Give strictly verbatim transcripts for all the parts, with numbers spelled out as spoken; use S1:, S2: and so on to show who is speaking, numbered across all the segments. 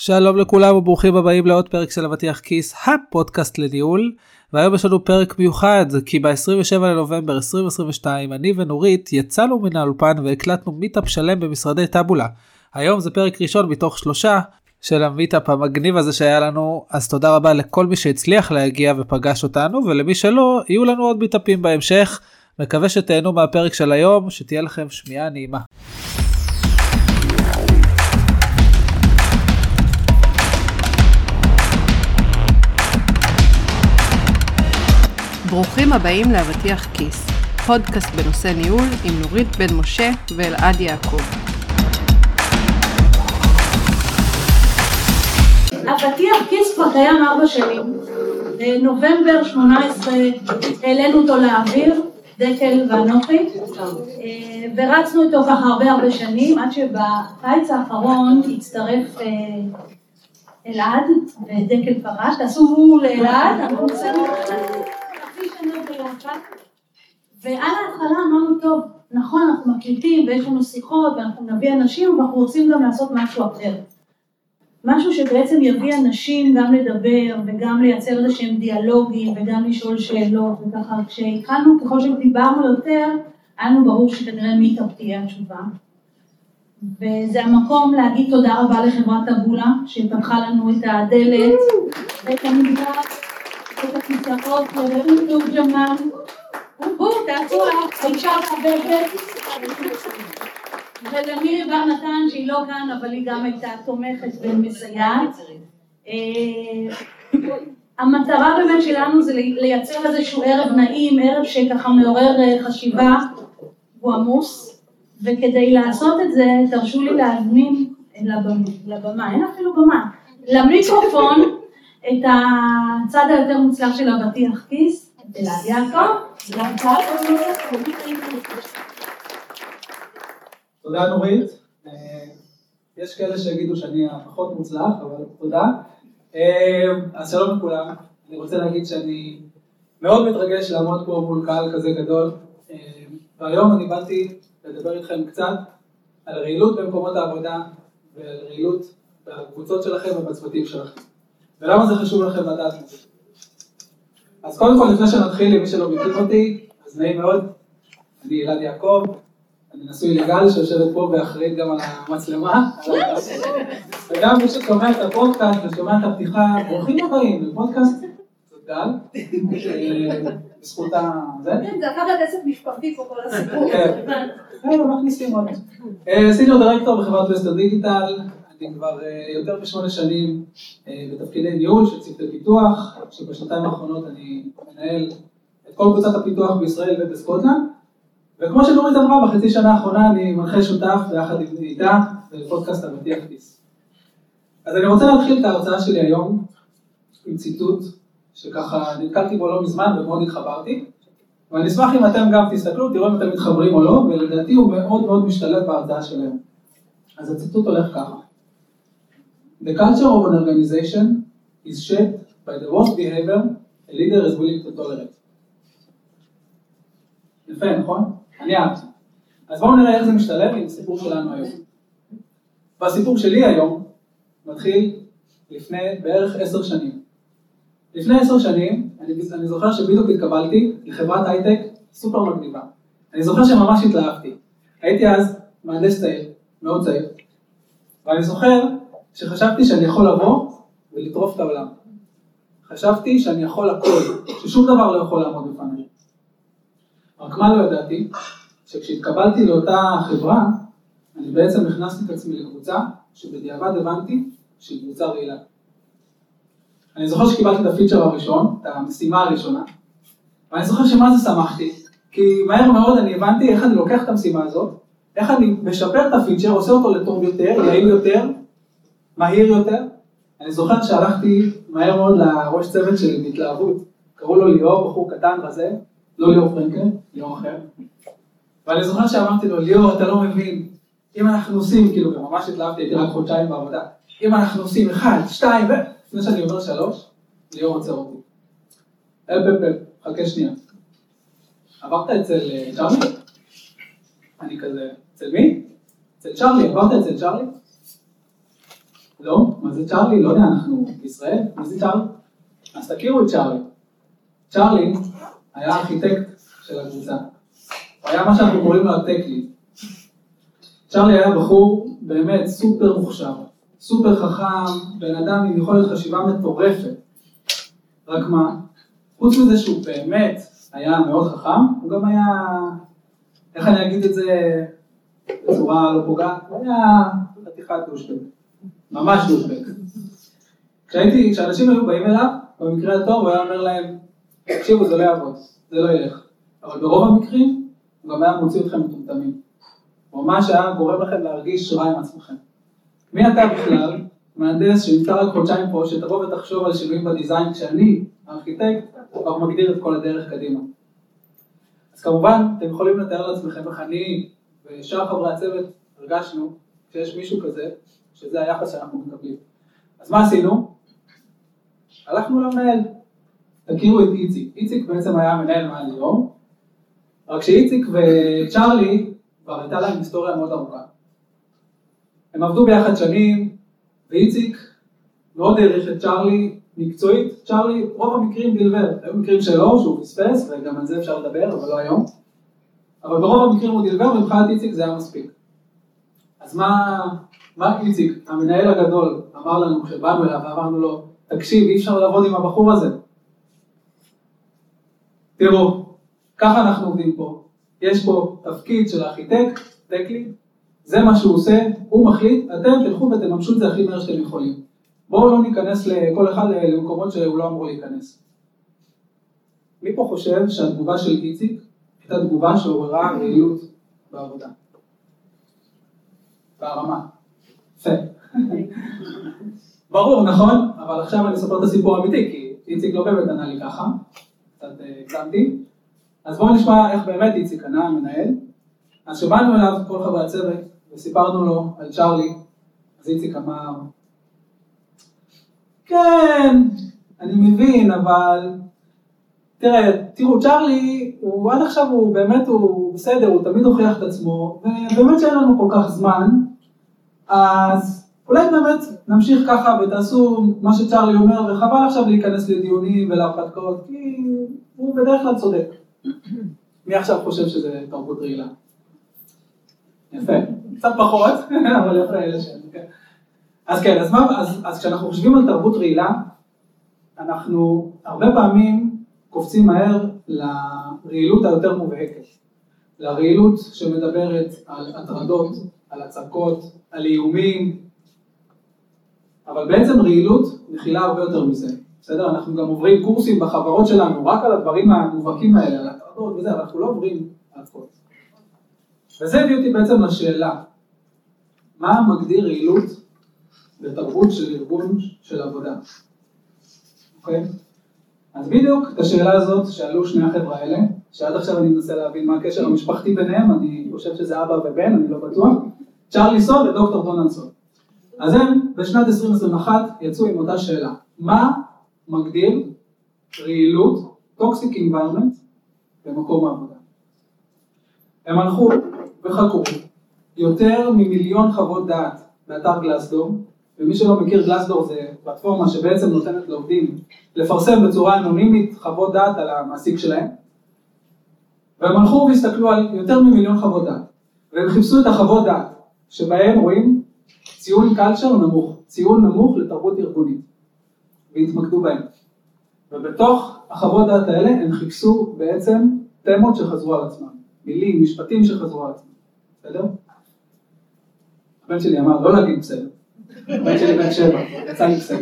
S1: שלום לכולם וברוכים הבאים לעוד פרק של אבטיח כיס, הפודקאסט לניהול, והיום יש לנו פרק מיוחד, כי ב-עשרים ושבעה לנובמבר עשרים עשרים ושתיים אני ונורית יצאנו מן האולפן והקלטנו מיטאפ שלם במשרדי טאבולה. היום זה פרק ראשון מתוך שלושה של המיטאפ המגניב הזה שהיה לנו, אז תודה רבה לכל מי שהצליח להגיע ופגש אותנו, ולמי שלא, יהיו לנו עוד מיטאפים בהמשך. מקווה שתהנו מהפרק של היום, שתהיה לכם שמיעה נעימה.
S2: ברוכים הבאים לאבטיח כיס, פודקאסט בנושא ניהול עם נורית בן משה ואלעד יעקב.
S3: אבטיח כיס כבר קיים ארבע שנים. בנובמבר שמונה עשרה העלינו אותו לאוויר, דקל ואנוכי, ורצנו איתו ככה הרבה הרבה שנים, עד שבקיץ האחרון הצטרף אלעד ודקל פרש, תעשו מול אלעד, אנחנו נסענו חצי שנה ביחד, ועל ההתחלה אמרנו, טוב, נכון, אנחנו מקליטים ויש לנו שיחות ואנחנו נביא אנשים, ואנחנו רוצים גם לעשות משהו אחר. משהו שבעצם יביא אנשים גם לדבר וגם לייצר איזשהם דיאלוגים וגם לשאול שאלות, וככה כשהתחלנו, ככל שדיברנו יותר, היה לנו ברור שכנראה מיטאפ תהיה התשובה. וזה המקום להגיד תודה רבה לחברת טאבולה, שפתחה לנו את הדלת, ואת המגרש, את הכיסאות, ואותו ג'מאן, ובואו, תעשו האישה החברת, ולמירי בר נתן, שהיא לא כאן, אבל היא גם הייתה תומכת ומסייעת. המטרה באמת שלנו זה לייצר איזשהו ערב נעים, ערב שככה מעורר חשיבה, הוא עמוס, וכדי לעשות את זה, תרשו לי להזמין לבמה, אין אפילו במה, למיקרופון, את הצד היותר מוצלח של אבטיח כיס, אלעד יעקב,
S1: תודה נורית, יש כאלה שיגידו שאני הפחות מוצלח, אבל תודה. אז שלום לכולם, אני רוצה להגיד שאני מאוד מתרגש לעמוד פה מול קהל כזה גדול, והיום אני באתי לדבר איתכם קצת על רעילות במקומות העבודה ועל רעילות בקבוצות שלכם ובצוותים שלכם. ולמה זה חשוב לכם לדעת את זה? אז קודם כל, לפני שנתחיל, למי שלא מכיר אותי, אז נעים מאוד, אני אלעד יעקב, אני נשוי לגל שיושבת פה ואחראית גם על המצלמה, וגם מי ששומע את הפודקאסט ושומע את הפתיחה, ברוכים הבאים לפודקאסט, זאת גל, בזכות ה... זה?
S3: כן, זה הפך עסק משפחתי פה כל הסיפור.
S1: כן, כן, מכניסים עוד. סיניור דירקטור בחברת וסטר דיגיטל, אני כבר יותר משמונה שנים בתפקידי ניהול של צוותי פיתוח, שבשנתיים האחרונות אני מנהל את כל קבוצת הפיתוח בישראל ובסקוטלנד, וכמו שנורית אמרה, בחצי שנה האחרונה אני מנחה שותף ביחד עם איתה בפודקאסט אבטיח כיס. אז אני רוצה להתחיל את ההרצאה שלי היום עם ציטוט שככה נתקלתי בו לא מזמן ומאוד התחברתי, ואני אשמח אם אתם גם תסתכלו, תראו אם אתם מתחברים או לא, ולדעתי הוא מאוד מאוד משתלב בהרצאה שלהם. אז הציטוט הולך ככה. The culture of an organization is shaped by the worst behavior a leader is willing to tolerate. יפה, נכון? אני אהבתי. אז בואו נראה איך זה משתלב עם הסיפור שלנו היום. והסיפור שלי היום מתחיל לפני בערך עשר שנים. לפני עשר שנים, אני, אני זוכר שבדיוק התקבלתי לחברת הייטק סופר מגניבה. אני זוכר שממש התלהבתי. הייתי אז מהנדס צעיר, מאוד צעיר. ואני זוכר שחשבתי שאני יכול לבוא ולטרוף את העולם. חשבתי שאני יכול הכל, ששום דבר לא יכול לעמוד בפניי. רק מה לא ידעתי? שכשהתקבלתי לאותה חברה, אני בעצם הכנסתי את עצמי לקבוצה, שבדיעבד הבנתי שהיא קבוצה רעילה. אני זוכר שקיבלתי את הפיצ'ר הראשון, את המשימה הראשונה, ואני זוכר שמה זה שמחתי, כי מהר מאוד אני הבנתי איך אני לוקח את המשימה הזאת, איך אני משפר את הפיצ'ר, עושה אותו לטוב יותר, יעיל יותר, מהיר יותר. אני זוכר שהלכתי מהר מאוד לראש צוות שלי בהתלהבות, קראו לו ליאור, בחור קטן רזה, לא ליאור פרנקל, ליאור אחר. ואני זוכר שאמרתי לו, ליאור, אתה לא מבין, אם אנחנו עושים, כאילו, ממש התלהבתי, הייתי רק חודשיים בעבודה, אם אנחנו עושים אחד, שתיים, ו... לפני שאני אומר שלוש, ליאור עוצר אותי. אל פפל, חכה שנייה. עברת אצל צ'רלי? אני כזה, אצל מי? אצל צ'רלי, עברת אצל צ'רלי? לא? מה זה צ'רלי? לא יודע, אנחנו בישראל? מה זה צ'רלי? אז תכירו את צ'רלי. צ'רלי היה ארכיטקט של הקבוצה. הוא היה מה שאנחנו קוראים לו הטקלי. צ'רלי היה בחור באמת סופר מוכשר, סופר חכם, בן אדם עם יכולת חשיבה מטורפת. רק מה? חוץ מזה שהוא באמת היה מאוד חכם, הוא גם היה, איך אני אגיד את זה בצורה לא פוגעת, הוא היה חתיכת דושבק, ממש דושבק. כשהייתי, כשאנשים היו באים אליו, במקרה הטוב הוא היה אומר להם, תקשיבו, זה לא יעבוד, זה לא ילך. אבל ברוב המקרים, הוא גם היה מוציא אתכם מטומטמים. הוא ממש היה גורם לכם להרגיש רע עם עצמכם. מי אתה בכלל, מהנדס שנמצא רק חודשיים פה, שתבוא ותחשוב על שינויים בדיזיין, כשאני, הארכיטקט, כבר מגדיר את כל הדרך קדימה. אז כמובן, אתם יכולים לתאר לעצמכם איך אני ושאר חברי הצוות הרגשנו שיש מישהו כזה, שזה היחס שאנחנו מקבלים. אז מה עשינו? הלכנו למנהל. תכירו את איציק. איציק בעצם היה מנהל מעל יום, רק שאיציק וצ'רלי כבר הייתה להם היסטוריה מאוד ארוכה. הם עבדו ביחד שנים, ואיציק מאוד העריך את צ'רלי מקצועית. צ'רלי, רוב המקרים דלבר. היו מקרים שלו, שהוא פספס, וגם על זה אפשר לדבר, אבל לא היום. אבל ברוב המקרים הוא דלבר, ומבחינת איציק זה היה מספיק. אז מה, מה איציק, המנהל הגדול, אמר לנו כשבאנו אליו, ואמרנו לו, תקשיב, אי אפשר לעבוד עם הבחור הזה. תראו, ככה אנחנו עובדים פה. יש פה תפקיד של הארכיטקט, טקלי, זה מה שהוא עושה, הוא מחליט, אתם תלכו ותממשו את זה הכי מהר שאתם יכולים. בואו לא ניכנס לכל אחד למקומות שהוא לא אמור להיכנס. מי פה חושב שהתגובה של איציק הייתה תגובה שעוררה רעילות בעבודה? בהרמה. יפה. ברור, נכון? אבל עכשיו אני אספר את הסיפור האמיתי, כי איציק לא באמת ענה לי ככה, קצת הגזמתי. אז בואו נשמע איך באמת איציק ענה, המנהל. אז שבאנו אליו כל חברי הצוות וסיפרנו לו על צ'רלי, אז איציק אמר, כן, אני מבין, אבל תראה, תראו, צ'רלי, הוא עד עכשיו הוא באמת, הוא בסדר, הוא תמיד הוכיח את עצמו, ובאמת שאין לנו כל כך זמן, אז אולי באמת נמשיך ככה ותעשו מה שצ'רלי אומר, וחבל עכשיו להיכנס לדיונים ולהרפתקאות, כי הוא בדרך כלל צודק. מי עכשיו חושב שזה תרבות רעילה? יפה, קצת פחות, אבל יפה אלה שם. אז כן, אז, מה, אז, אז כשאנחנו חושבים על תרבות רעילה, אנחנו הרבה פעמים קופצים מהר לרעילות היותר מובהקת. לרעילות שמדברת על הטרדות, על הצקות, על איומים, אבל בעצם רעילות מכילה הרבה יותר מזה. בסדר? אנחנו גם עוברים קורסים בחברות שלנו, רק על הדברים המובהקים האלה, על הטרדות וזה, אנחנו לא עוברים על הכל. וזה הביא אותי בעצם לשאלה, מה מגדיר רעילות בתרבות של ארגון של עבודה? אוקיי? אז בדיוק את השאלה הזאת שאלו שני החבר'ה האלה, שעד עכשיו אני מנסה להבין מה הקשר המשפחתי ביניהם, אני חושב שזה אבא ובן, אני לא בטוח, צ'רלי סול ודוקטור דונלד סול. אז הם בשנת עשרים עשרים ואחת יצאו עם אותה שאלה, מה מגדיר רעילות, toxic environment, במקום העבודה? הם הלכו וחקרו יותר ממיליון חוות דעת באתר גלאסדור, ומי שלא מכיר, גלאסדור זה פלטפורמה שבעצם נותנת לעובדים לפרסם בצורה אנונימית חוות דעת על המעסיק שלהם, והם הלכו והסתכלו על יותר ממיליון חוות דעת, והם חיפשו את החוות דעת שבהם רואים ציון קלצ'ר נמוך, ציון נמוך לתרבות ארגונית, והתמקדו בהם. ובתוך החוות דעת האלה הם חיפשו בעצם תמות שחזרו על עצמם, מילים, משפטים שחזרו על עצמם. בסדר? הבן שלי אמר, לא להגיד בסדר. הבן שלי בן שבע, יצא לי בסדר.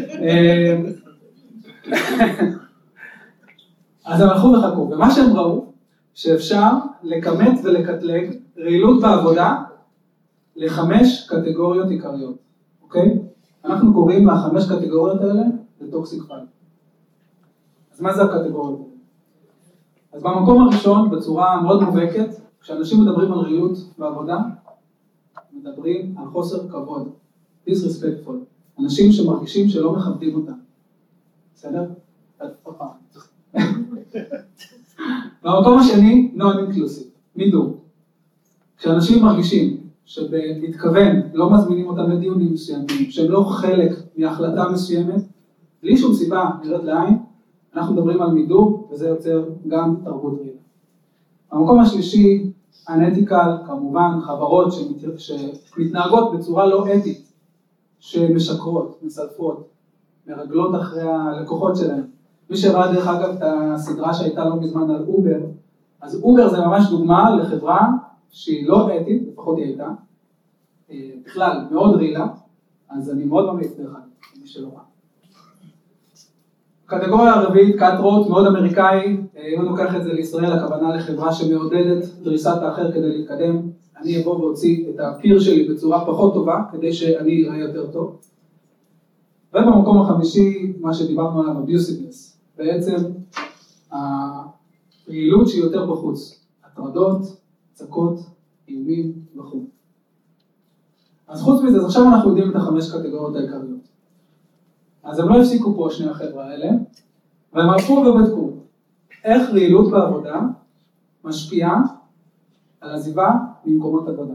S1: אז הם הלכו וחכו, ומה שהם ראו, שאפשר לקמת ולקטלג רעילות בעבודה לחמש קטגוריות עיקריות, אוקיי? אנחנו קוראים לחמש קטגוריות האלה לטוקסיק פייל. אז מה זה הקטגוריות האלה? אז במקום הראשון, בצורה מאוד מובהקת, כשאנשים מדברים על רעילות בעבודה, מדברים על חוסר כבוד, disrespectful, אנשים שמרגישים שלא מכבדים אותם. בסדר? במקום השני, non-inclusive, מידור. כשאנשים מרגישים שבמתכוון לא מזמינים אותם לדיונים מסוימים, שהם לא חלק מהחלטה מסוימת, בלי שום סיבה נראית לעין, אנחנו מדברים על מידור, וזה יוצר גם תרבות רעילה. המקום השלישי, אנטיקל, כמובן, חברות שמת... שמתנהגות בצורה לא אתית, שמשקרות, מסלפות, מרגלות אחרי הלקוחות שלהם. מי שראה דרך אגב את הסדרה שהייתה לא מזמן על אובר, אז אובר זה ממש דוגמה לחברה שהיא לא אתית, לפחות היא הייתה, בכלל מאוד רעילה, אז אני מאוד ממליץ דרך אגב, מי שלא ראה. קטגוריה הרביעית, קאטרוט, מאוד אמריקאי, אם אני לוקח את זה לישראל, הכוונה לחברה שמעודדת דריסת האחר כדי להתקדם, אני אבוא והוציא את הפיר שלי בצורה פחות טובה, כדי שאני אראה יותר טוב. ובמקום החמישי, מה שדיברנו עליו, abusiveness, בעצם הפעילות שהיא יותר בחוץ, הטרדות, צקות, איומים וכו'. אז חוץ מזה, אז עכשיו אנחנו יודעים את החמש קטגוריות העיקריות. אז הם לא הפסיקו פה שני החבר'ה האלה, והם הלכו ובדקו איך רעילות בעבודה משפיעה על עזיבה ממקומות עבודה.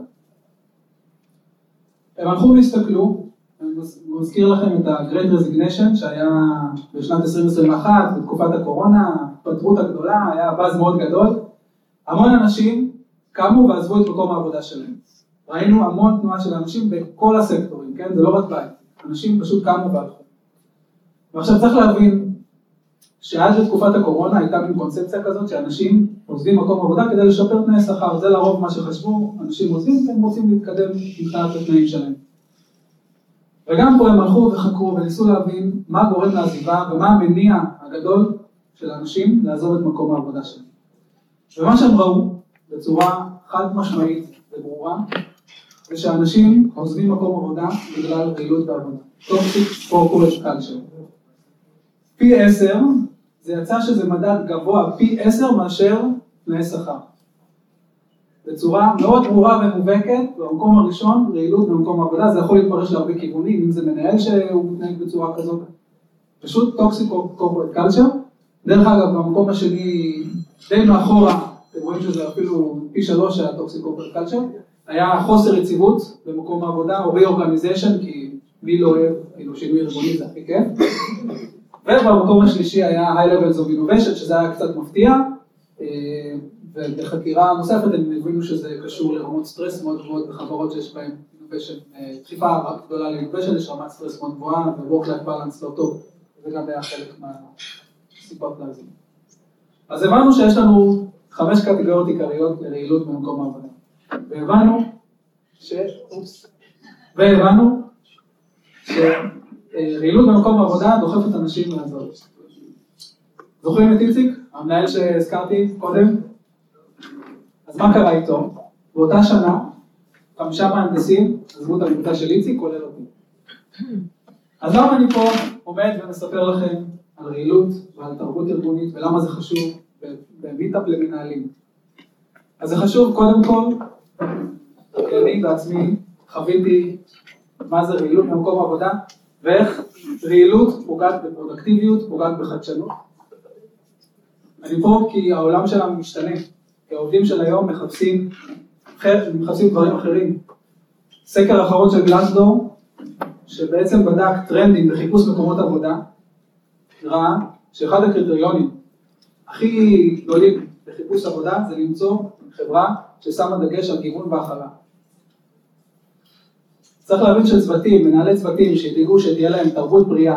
S1: הם הלכו והסתכלו, אני מזכיר לכם את ה-Great Resignation שהיה בשנת עשרים עשרים ואחת, בתקופת הקורונה, התפטרות הגדולה, היה באז מאוד גדול. המון אנשים קמו ועזבו את מקום העבודה שלהם. ראינו המון תנועה של אנשים בכל הסקטורים, כן? זה לא רק בית. אנשים פשוט קמו והלכו. ועכשיו צריך להבין שעד לתקופת הקורונה הייתה מין קונספציה כזאת שאנשים עוזבים מקום עבודה כדי לשפר תנאי שכר. זה לרוב מה שחשבו, אנשים עוזבים כי הם רוצים להתקדם מבחינת התנאים שלהם. וגם פה הם הלכו וחקרו וניסו להבין מה גורם לעזיבה ומה המניע הגדול של האנשים לעזוב את מקום העבודה שלהם. ומה שהם ראו בצורה חד משמעית וברורה, זה שאנשים עוזבים מקום עבודה בגלל רעילות בעבודה. Toxic Corporate Culture. פי עשר, זה יצא שזה מדד גבוה פי עשר מאשר תנאי שכר. בצורה מאוד ברורה ומובהקת, במקום הראשון, רעילות במקום העבודה, זה יכול להתפרש להרבה כיוונים, אם זה מנהל שהוא מתנהג בצורה כזאת. פשוט Toxic Corporate Culture. דרך אגב, במקום השני, די מאחורה, אתם רואים שזה אפילו פי שלוש של ה-Toxic Corporate Culture, היה חוסר יציבות במקום העבודה, או re-organization, כי מי לא אוהב, כאילו שינוי ארגוני זה הכי כיף. ובמקום השלישי היה High Levels of Innovation, שזה היה קצת מפתיע, ובחקירה נוספת הם הבינו שזה קשור לרמות סטרס מאוד גבוהות בחברות שיש בהן Innovation, דחיפה רק גדולה ל-Innovation, יש רמת סטרס מאוד גבוהה, ו-Work-Life Balance לא טוב, וזה גם היה חלק מהסיבות לזה. אז הבנו שיש לנו חמש קטגוריות עיקריות לרעילות במקום העבודה. והבנו ש... אופס. והבנו שרעילות במקום העבודה דוחפת אנשים לעזוב. זוכרים את איציק? המנהל שהזכרתי קודם? אז מה קרה איתו? באותה שנה, חמישה מהנדסים עזבו את העבודה של איציק, כולל אותי. אז למה אני פה עומד ומספר לכם על רעילות ועל תרבות ארגונית ולמה זה חשוב במיטאפ למנהלים? אז זה חשוב קודם כל, כי אני בעצמי חוויתי מה זה רעילות במקום עבודה, ואיך רעילות פוגעת בפרודקטיביות, פוגעת בחדשנות. אני פה כי העולם שלנו משתנה, כי העובדים של היום מחפשים, מחפשים דברים אחרים. סקר האחרון של גלאסדור, שבעצם בדק טרנדים בחיפוש מקומות עבודה, ראה שאחד הקריטריונים הכי גדולים בחיפוש עבודה זה למצוא חברה ששמה דגש על גיוון והכלה. צריך להבין שצוותים, מנהלי צוותים שידאגו שתהיה להם תרבות בריאה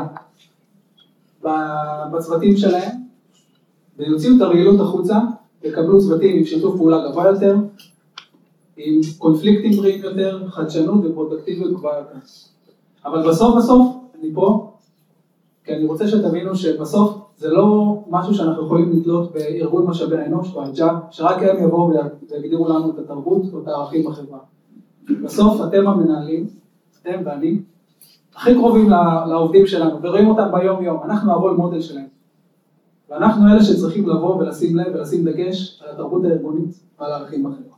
S1: בצוותים שלהם, ויוציאו את הרעילות החוצה, יקבלו צוותים עם שיתוף פעולה גבוה יותר, עם קונפליקטים בריאים יותר, חדשנות ופרודקטיביות גבוהה יותר. אבל בסוף בסוף, אני פה, כי אני רוצה שתבינו שבסוף זה לא משהו שאנחנו יכולים לתלות בארגון משאבי האנוש, באג'אב, שרק הם יבואו ויגדירו לנו את התרבות או את הערכים בחברה. בסוף אתם המנהלים, אתם ואני, הכי קרובים לעובדים שלנו, ורואים אותם ביום יום, אנחנו הרול מודל שלהם. ואנחנו אלה שצריכים לבוא ולשים לב ולשים דגש על התרבות הארגונית ועל הערכים בחברה.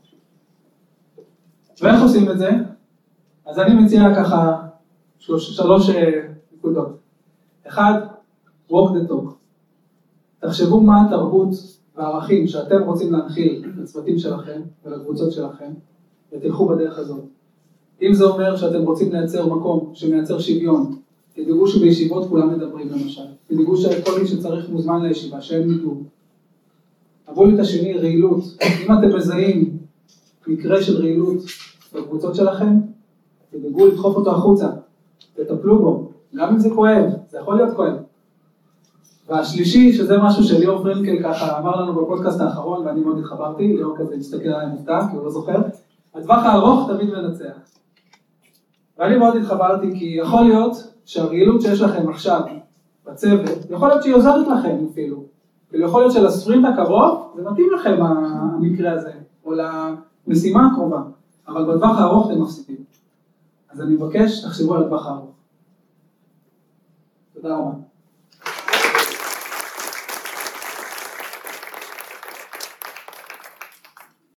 S1: ואיך עושים את זה? אז אני מציע ככה שלוש, שלוש נקודות. אחד, walk the talk. תחשבו מה התרבות והערכים שאתם רוצים להנחיל לצוותים שלכם ולקבוצות שלכם, ותלכו בדרך הזאת. אם זה אומר שאתם רוצים לייצר מקום שמייצר שוויון, תדאגו שבישיבות כולם מדברים למשל, תדאגו שכל מי שצריך מוזמן לישיבה, שהם ידעו. עברו את השני, רעילות. אם אתם מזהים מקרה של רעילות בקבוצות שלכם, תדאגו לדחוף אותו החוצה, תטפלו בו, גם אם זה כואב, זה יכול להיות כואב. והשלישי, שזה משהו שליאור פרנקל ככה אמר לנו בפודקאסט האחרון, ואני מאוד התחברתי, ליאור כזה הסתכל עליי מופתע, כי הוא לא זוכר, הטווח הארוך תמיד מנצח. ואני מאוד התחברתי, כי יכול להיות שהרעילות שיש לכם עכשיו בצוות, יכול להיות שהיא עוזרת לכם אפילו, ויכול להיות שלספרינט הקרוב, זה מתאים לכם המקרה הזה, או למשימה הקרובה, אבל בטווח הארוך אתם מפסידים. אז אני מבקש, תחשבו על הטווח הארוך. תודה רבה.